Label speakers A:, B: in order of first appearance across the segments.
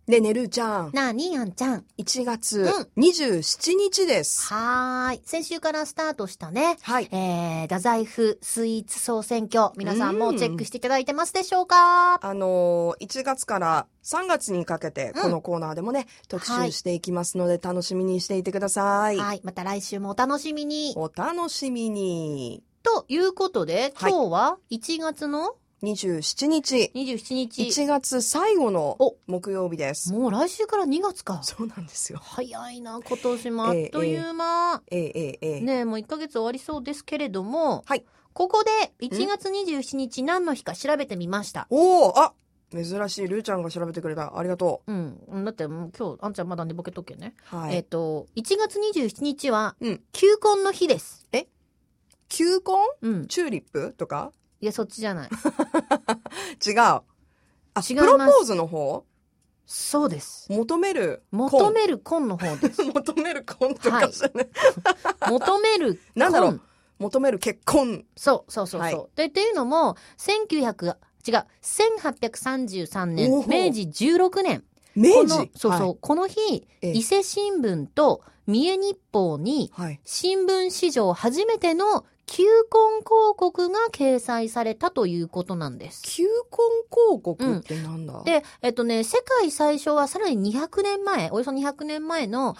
A: でねるーちゃん。
B: なあにあんちゃん。
A: 1月27日です。
B: はーい。先週からスタートしたね。
A: はい。
B: 太宰府スイーツ総選挙。皆さんもチェックしていただいてますでしょうか
A: ？1月から3月にかけて、このコーナーでもね、特集していきますので、楽しみにしていてください。
B: はい。また来週もお楽しみに。
A: お楽しみに。
B: ということで、今日は1月の
A: 27日。1月最後の木曜日です。
B: もう来週から2月か。
A: そうなんですよ。
B: 早いな、今年もあっという間。ねえ、もう1ヶ月終わりそうですけれども、
A: はい。
B: ここで1月27日何の日か調べてみました。
A: 珍しい。ルーちゃんが調べてくれた。ありがとう。
B: だってもう今日、あんちゃんまだ寝ぼけとけね。
A: はい。
B: 1月27日は、球根の日です。
A: 球根？チューリップとか？
B: いや、そっちじゃない。
A: 違う。違います。プロポーズの方？
B: そうです。
A: 求める根の
B: 方です。
A: 求める根とかじゃない。
B: 求める根。
A: なんだろう。求める結婚。
B: そう。で、っていうのも、1833年、明治16年。
A: 明治？
B: この日、伊勢新聞と三重日報に、新聞史上初めての球根広告が掲載されたということなんです。
A: 球根広告ってなんだ？
B: で、世界最初はさらに200年前、およそ200年前の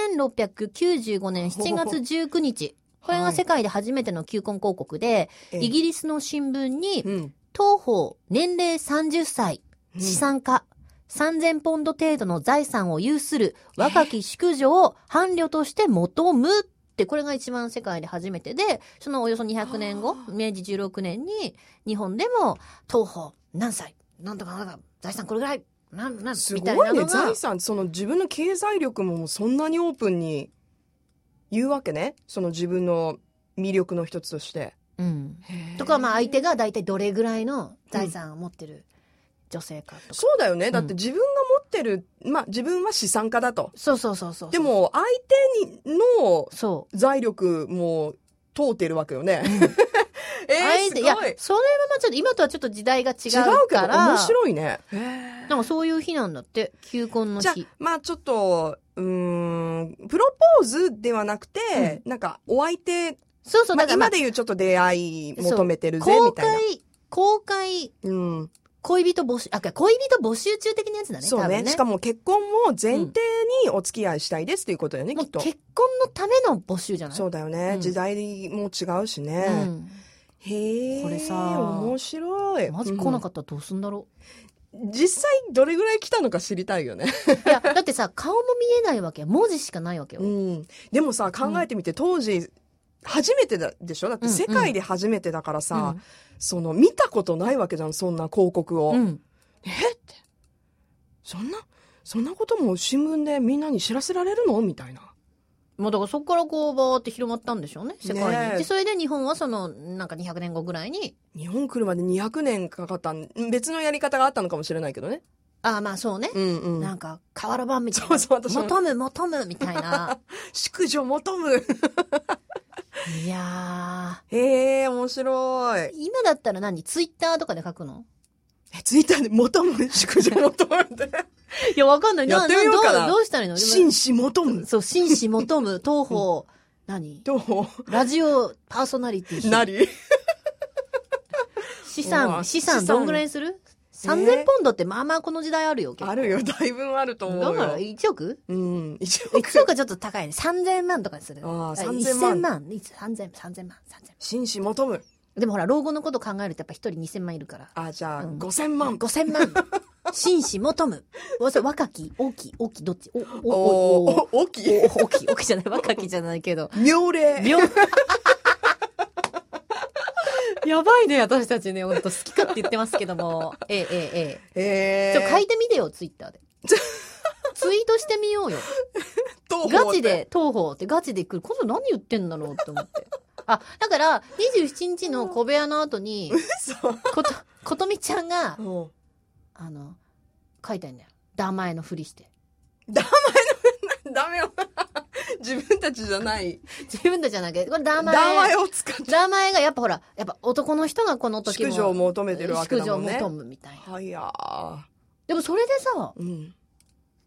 B: 1695年7月19日。これが世界で初めての球根広告で、イギリスの新聞に、当方年齢30歳、資産家、3000ポンド程度の財産を有する若き淑女を伴侶として求むって、これが一番世界で初めてで、そのおよそ200年後、明治16年に日本でも当方何歳、なんとか財産これぐらい、
A: すごいね。財産、その自分の経済力もそんなにオープンに言うわけね。その自分の魅力の一つとして。
B: とか、相手が大体どれぐらいの財産を持ってる女性かとか。
A: そうだよね。だって自分が持ってる、自分は資産家だと。
B: そう。
A: でも、相手の財力も通ってるわけよね。すごい。
B: いや、それはちょっと、今とはちょっと時代が違うから。
A: 違うけど、面白いね。
B: なんかそういう日なんだって、球根の日。
A: じゃあ、ちょっと、プロポーズではなくて、なんか、お相手、今で言うちょっと出会い求めてるぜ、みたいな。
B: 公開、恋人募集中的なやつだね。
A: そうね。しかも結婚も前提にお付き合いしたいですということよね、きっと。
B: 結婚のための募集じゃない？
A: そうだよね。時代も違うしね。へえ。
B: これさ、
A: 面白い。
B: マジ来なかったらどうすんだろ
A: う。実際どれぐらい来たのか知りたいよね。
B: いや、だってさ、顔も見えないわけよ。文字しかないわけよ。
A: でもさ、考えてみて、当時、初めてでしょ？だって世界で初めてだからさ、見たことないわけじゃん、そんな広告を。って。そんなことも新聞でみんなに知らせられるの？みたいな。
B: だからそこからこうバーって広まったんでしょうね、世界に。で、それで日本はなんか200年後ぐらいに。
A: 日本来るまで200年かかった別のやり方があったのかもしれないけどね。
B: そうね。なんか、瓦版みたいな。求むみたいな。
A: 淑女求む。
B: いや
A: ー。面白い。
B: 今だったらツイッターとかで書くの？
A: ツイッターで求む？淑女求むって。
B: いや、わかんない。
A: やってみようかな。
B: どうしたらいいの？
A: 紳士求む。
B: そう、紳士求む。東方、
A: 東方。
B: ラジオパーソナリティ。資産どんぐらいにする？3000ポンドってまあまあこの時代あるよ。
A: あるよ。だいぶあると思うよ。
B: だから1億
A: ？1
B: 億はちょっと高いね。3000万とかにする。3000万。3000万。
A: 紳士求む。
B: でもほら、老後のこと考えるとやっぱ1人2000万いるから。
A: じゃあ、5000万。
B: 5000万。紳士求む。若き、大き、どっち？
A: 大き
B: じゃない、若きじゃないけど。
A: 妙齢。
B: やばいね、私たちね、ほんと好きかって言ってますけども。書いてみてよ、ツイッターで。ツイートしてみようよ。ガチで、東方ってガチで来る。今度何言ってんだろうって思って。だから、27日の小部屋の後に、ことみちゃんが、書いたんだよ。名前のふりして。
A: ダメよ。自分たちじゃない。
B: 自分たちじゃなくて、これ名
A: 前を使って。
B: 名前がやっぱ男の人がこの時も。
A: 淑女を求めてるわけだもんね。
B: 淑女を求むみたいな。
A: はやー。
B: でもそれでさ、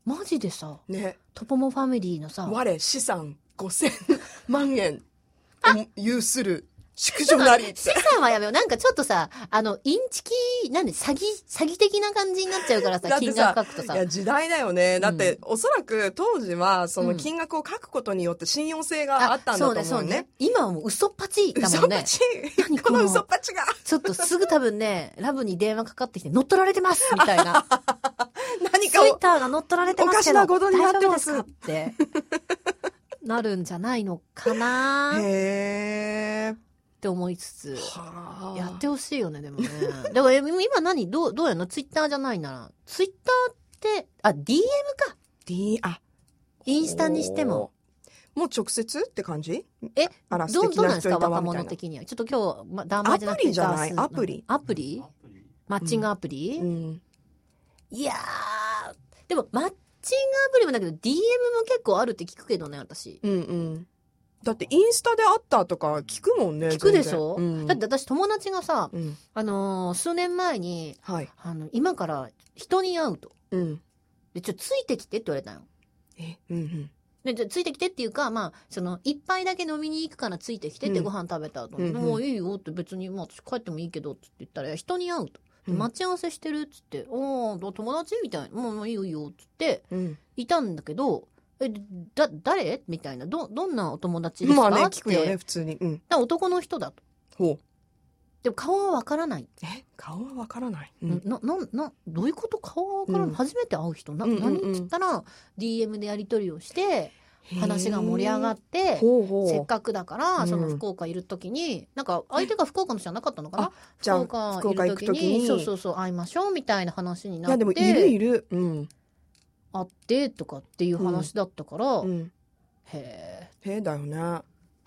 B: マジでさ、
A: ね。
B: トポモファミリーのさ、
A: 我資産5000万円を有する宿女なりって。
B: 資産はやめよう。なんかちょっとさ、インチキ、なんで詐欺的な感じになっちゃうからさ、金額書くとさ。
A: いや、時代だよね。だって、おそらく当時は、その金額を書くことによって信用性があったんだと思うね。
B: そうね。今はもう嘘っぱちだもんね。
A: 嘘っぱち。この嘘っぱちが。
B: ちょっとすぐ多分ね、ラブに電話かかってきて、乗っ取られてますみたいな。
A: 何か
B: ツイッターが乗っ取られてますけど、
A: おかしなことになってます
B: 大丈夫ですかってなるんじゃないのかな
A: へー。
B: って思いつつ、やってほしいよね、でもね。だから今どうやんの？ツイッターじゃないなら。ツイッターって、DM か。インスタにしても。
A: もう直接って感じ？
B: どうなんですか、若者的には。ちょっと今日、談話じゃなくて。
A: アプリじゃない？アプリマ
B: ッチングアプリ、いやー、でもマッチングアプリもだけど DM も結構あるって聞くけどね、私。
A: だってインスタで会ったとか聞くもんね。
B: 聞くでしょ、だって私友達がさ、数年前に、今から人に会うと。で、ついてきてって言われたよ。で、ついてきてっていうか、一杯だけ飲みに行くからついてきてってご飯食べた後に、もういいよって別に、私帰ってもいいけどって言ったら、人に会うと。待ち合わせしてるっつって、友達みたいな、もういいよいいよっつって、いたんだけど、誰みたいな、どんなお友達ですか？
A: まあね、聞くよね、普通に。
B: 男の人だと。でも顔はわからない。
A: 顔はわからない。
B: どういうこと？顔はわからない。初めて会う人何って言ったら、DM でやり取りをして、話が盛り上がって、せっかくだから、その福岡いるときに、なんか相手が福岡の人じゃなかったのかな？
A: じゃあ、
B: 福岡いるときに、そう、会いましょうみたいな話になって。いや、
A: でもいる。
B: 会ってとかっていう話だったから、
A: へえだよね。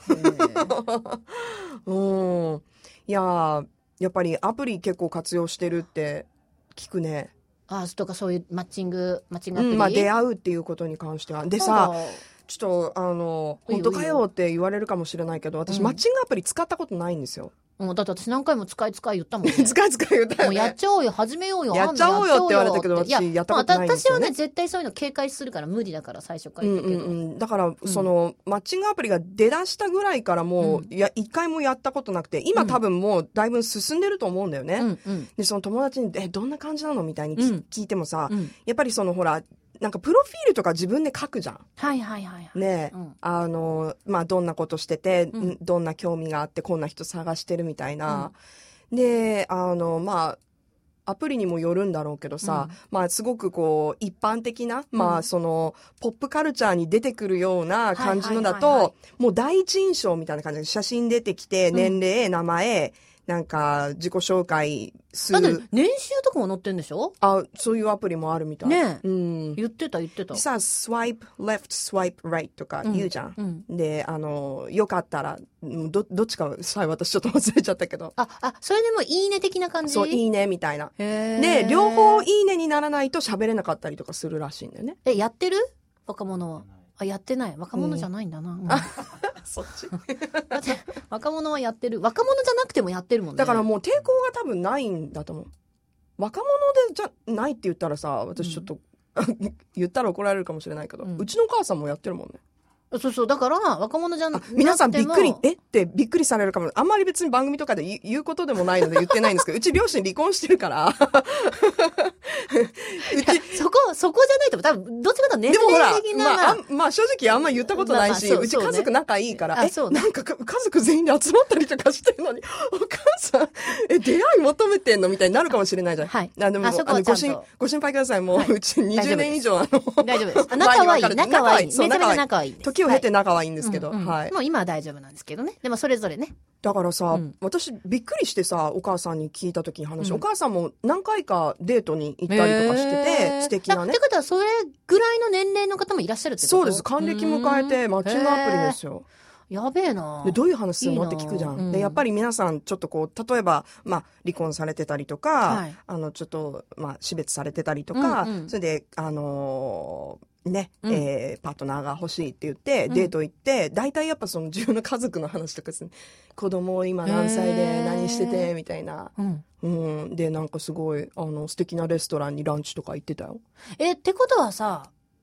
A: いやっぱりアプリ結構活用してるって聞くね。
B: とかそういうマッチングアプリ、
A: 出会うっていうことに関しては。でさ、ちょっと本当かよって言われるかもしれないけど、私マッチングアプリ使ったことないんですよ。
B: だって私何回も使い言ったもんね。
A: 使い言ったよね。
B: もうやっちゃおうよ、始めようよ。
A: やっちゃおうよって言われたけど、私やったことないんですよね。
B: 私はね、絶対そういうの警戒するから無理だから最初から言ったけど。
A: だから、その、マッチングアプリが出だしたぐらいからもう、一回もやったことなくて、今多分もうだいぶ進んでると思うんだよね。で、その友達に、どんな感じなのみたいに聞いてもさ、やっぱりそのほら、なんかプロフィールとか自分で書くじゃん。ねどんなことしてて、どんな興味があってこんな人探してるみたいな。で、アプリにもよるんだろうけどさ、すごくこう、一般的な、その、ポップカルチャーに出てくるような感じのだと、もう第一印象みたいな感じで写真出てきて、年齢、名前、なんか、自己紹介する。
B: だって年収とかも載ってんでしょ？
A: そういうアプリもあるみたい。
B: ねえ。言ってた。
A: さ、swipe left, swipe right とか言うじゃん。で、よかったら、どっちかさ、私ちょっと忘れちゃったけど。
B: それでもいいね的な感じ？
A: そう、いいねみたいな。で、両方いいねにならないと喋れなかったりとかするらしいんだよね。
B: やってる？若者は。やってない。若者じゃないんだな。
A: そっち
B: 若者はやってる。若者じゃなくてもやってるもんね。
A: だからもう抵抗が多分ないんだと思う。若者でじゃないって言ったらさ、私ちょっと、言ったら怒られるかもしれないけど、うちのお母さんもやってるもんね。
B: そう。だから、若者じゃなくても。
A: 皆さんびっくり、ってびっくりされるかも。あんまり別に番組とかで言うことでもないので言ってないんですけど、うち両親離婚してるから。
B: そこじゃないと多分、どっちかと年齢的な。
A: でもほら、正直あんま言ったことないし、うち家族仲いいから、なんか家族全員で集まったりとかしてるのに、お母さん、出会い求めてんのみたいになるかもしれないじゃん。
B: はい。
A: でも、ご心配ください。もう、うち20年以上
B: 大丈夫です。仲はいい。仲はいい。めちゃめちゃ仲はいい。
A: 時を経て仲はいいんですけど、はい。
B: もう今は大丈夫なんですけどね。でもそれぞれね。
A: だからさ、私びっくりしてさ、お母さんに聞いた時に話、お母さんも何回かデートに行ったりとかしてて、素敵なね。
B: ってことはそれぐらいの年齢の方もいらっしゃるってこと？
A: そうです。還暦迎えてマッチングアプリですよ。
B: やべえな。
A: で、どういう話するのって聞くじゃん。で、やっぱり皆さんちょっとこう、例えば、離婚されてたりとか、ちょっと、死別されてたりとか、それで、パートナーが欲しいって言って、デート行って、大体やっぱその自分の家族の話とかですね、子供今何歳で何してて、みたいな。で、なんかすごい、素敵なレストランにランチとか行ってたよ。
B: ってことはさ、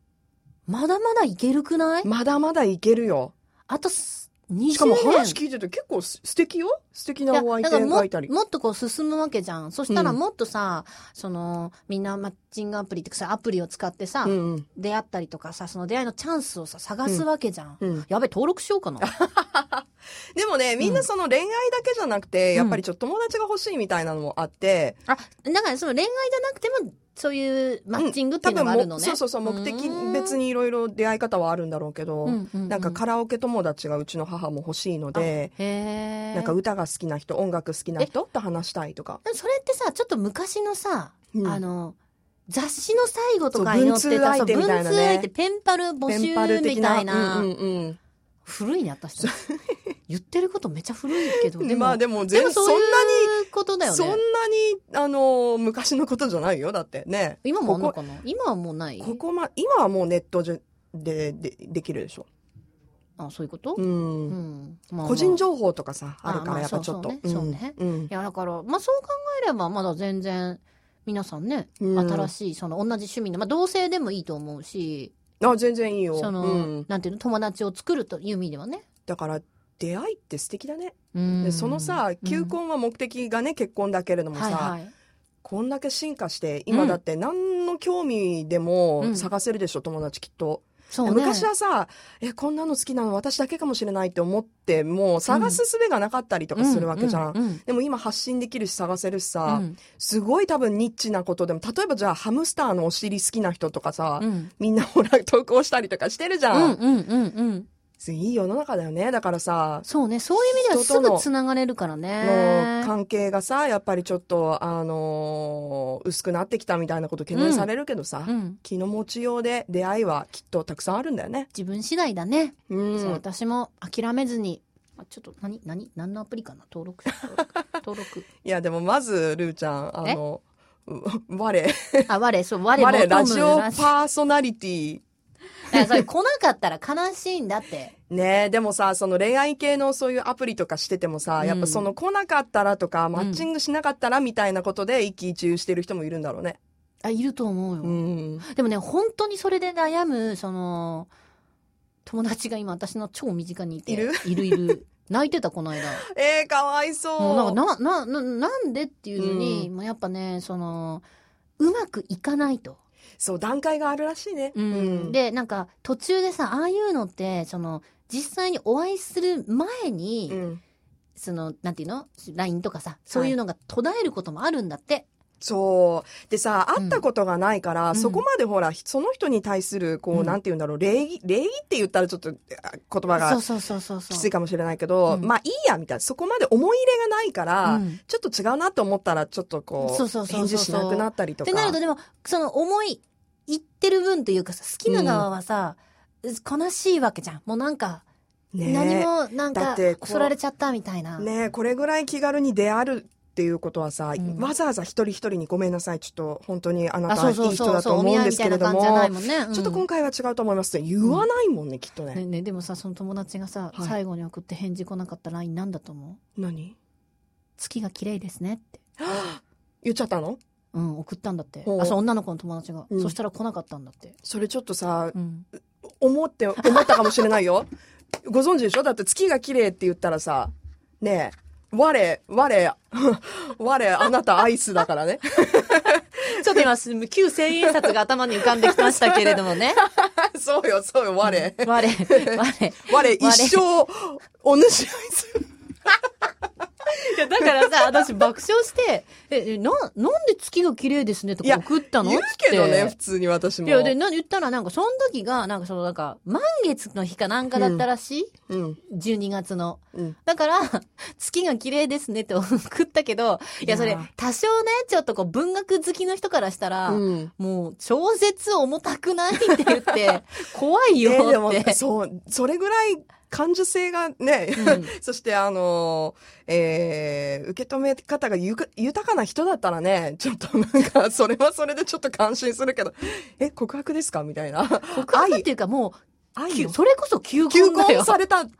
B: まだまだいけるくない？
A: まだまだいけるよ。
B: あと20年。
A: しかも話聞いてて結構素敵よ。素敵なお相手がいたり。
B: もっとこう進むわけじゃん。そしたらもっとさ、みんなマッチングアプリってさ、アプリを使ってさ、出会ったりとかさ、その出会いのチャンスをさ、探すわけじゃん。やべ、登録しようかな。
A: でもね、みんなその恋愛だけじゃなくて、やっぱりちょっと友達が欲しいみたいなのもあって。
B: だからその恋愛じゃなくても、そういうマッチングっていうのがあるのね。
A: そう、目的別にいろいろ出会い方はあるんだろうけど、なんかカラオケ友達がうちの母も欲しいので、なんか歌が好きな人、音楽好きな人と話したいとか。
B: それってさ、ちょっと昔のさ、雑誌の最後とかに載ってた、文通相手、ペンパル募集みたいな。古いね、私。言ってることめちゃ古いけど、でもそういうことだよね。
A: そんなに、昔のことじゃないよ、だってね。
B: 今もあんのかな？今はもうない？
A: 今はもうネットでできるでしょ。
B: あ、そういうこと？
A: 個人情報とかさ、あるからやっぱちょっと。
B: そうね。いや、だから、まあそう考えればまだ全然、皆さんね、新しい、同じ趣味の、まあ同性でもいいと思うし、
A: 全然いいよ。
B: なんていうの、友達を作るという意味ではね。
A: だから、出会いって素敵だね。でそのさ、求婚は目的がね、結婚だけれどもさ、こんだけ進化して、今だって何の興味でも探せるでしょ、友達きっと。昔はさ、こんなの好きなの私だけかもしれないって思って、もう探す術がなかったりとかするわけじゃん。でも今発信できるし探せるしさ、すごい多分ニッチなことでも、例えばじゃあハムスターのお尻好きな人とかさ、みんなほら投稿したりとかしてるじゃん。いい世の中だよね。だからさ。
B: そうね。そういう意味ではすぐ繋がれるからね。
A: 関係がさ、やっぱりちょっと、薄くなってきたみたいなこと懸念されるけどさ、気の持ちようで出会いはきっとたくさんあるんだよね。
B: 自分次第だね。そう私も諦めずに、ちょっと何のアプリかな登録。
A: いや、でもまず、ルーちゃん、我ラジオパーソナリティ。
B: それ来なかったら悲しいんだって。
A: ねえ、でもさ、その恋愛系のそういうアプリとかしててもさ、やっぱその来なかったらとか、マッチングしなかったらみたいなことで一喜一憂してる人もいるんだろうね。
B: いると思うよ。でもね、本当にそれで悩む、友達が今私の超身近にいて。いる。泣いてた、この間。
A: かわいそう。
B: なんでっていうのに、やっぱね、うまくいかないと。
A: そう、段階があるらしいね。
B: で、なんか、途中でさ、ああいうのって、実際にお会いする前に、なんていうの ?LINE とかさ、そういうのが途絶えることもあるんだって。
A: そう。でさ、会ったことがないから、そこまでほら、その人に対する、なんていうんだろう、礼儀って言ったらちょっと言葉がきついかもしれないけど、まあいいや、みたいな。そこまで思い入れがないから、ちょっと違うなと思ったら、ちょっと返事しなくなったりとか。
B: ってなると、でも、言ってる分というかさ、好きな側はさ、悲しいわけじゃん。もうなんか、何もなんか、そそられちゃったみたいな。
A: ねえ、これぐらい気軽に出会うっていうことはさ、わざわざ一人一人にごめんなさい、ちょっと本当にあなたいい人だと思うんですけれども、ちょっと今回は違うと思いますって言わないもんね、きっとね。
B: でもさ、その友達がさ、最後に送って返事来なかった LINE なんだと思う？
A: 何？
B: 月が綺麗ですねって。
A: 言っちゃったの？
B: 送ったんだって。女の子の友達が。そしたら来なかったんだって。
A: それちょっとさ、思ったかもしれないよ。ご存知でしょ？だって月が綺麗って言ったらさ、ねえ、我、あなたアイスだからね。
B: ちょっと今、旧千円札が頭に浮かんできましたけれどもね。
A: そうよ、我。
B: 我、
A: 一生、お主アイス。
B: いや、だからさ、私爆笑して、なんで月が綺麗ですねとか送ったの？
A: 言うけどね、普通に私も。
B: いや、で、言ったらその時が、満月の日かなんかだったらしい？12月の。だから、月が綺麗ですねって送ったけど、いや、それ、多少ね、ちょっと文学好きの人からしたら、もう、超絶重たくないって言って、怖いよって。でも、
A: それぐらい、感受性がね、そして受け止め方が豊かな人だったらね、ちょっとなんか、それはそれでちょっと感心するけど、告白ですかみたいな。
B: 告白っていうかもう、それこそ求婚だよ。
A: 求婚された、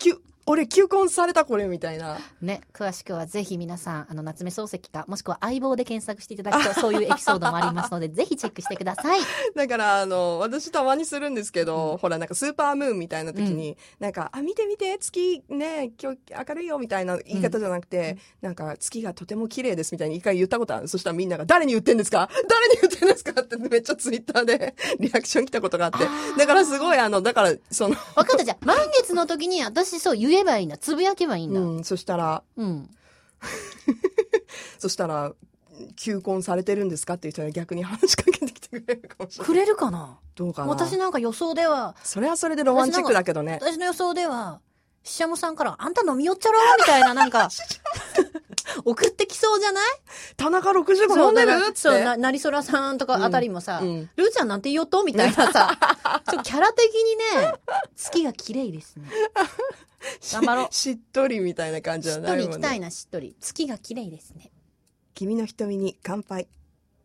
A: 俺求婚されたこれみたいな。
B: ね、詳しくはぜひ皆さん、夏目漱石か、もしくは相棒で検索していただくと、そういうエピソードもありますので、ぜひチェックしてください。
A: だから、私たまにするんですけど、ほら、なんかスーパームーンみたいな時に、なんか、見て見て、月ね、今日明るいよみたいな言い方じゃなくて、なんか、月がとても綺麗ですみたいに一回言ったことある。そしたらみんなが、誰に言ってんですかってめっちゃツイッターでリアクション来たことがあって。だからすごい、だから、
B: 分かった、じゃあ、満月の時に私そう言えばいいんだ。つぶやけばいいんだ。
A: うん、そしたら、そしたら、求婚されてるんですかっていう人が逆に話しかけてきてくれるかもしれない。
B: くれるかな？
A: どうかな？
B: 私なんか予想では。
A: それはそれでロマンチックだけどね。
B: 私の予想では、ししゃもさんから、あんた飲みよっちゃろみたいななんか、送ってきそうじゃない？
A: 田中65飲んでるって。
B: そう、なりそらさんとかあたりもさ、ルーちゃんなんて言おうとみたいなさ、キャラ的にね、月が綺麗ですね。頑張ろう。
A: しっとりみたいな感じはないもんね。
B: しっとり行きたいな、しっとり。月が綺麗ですね。
A: 君の瞳に乾杯。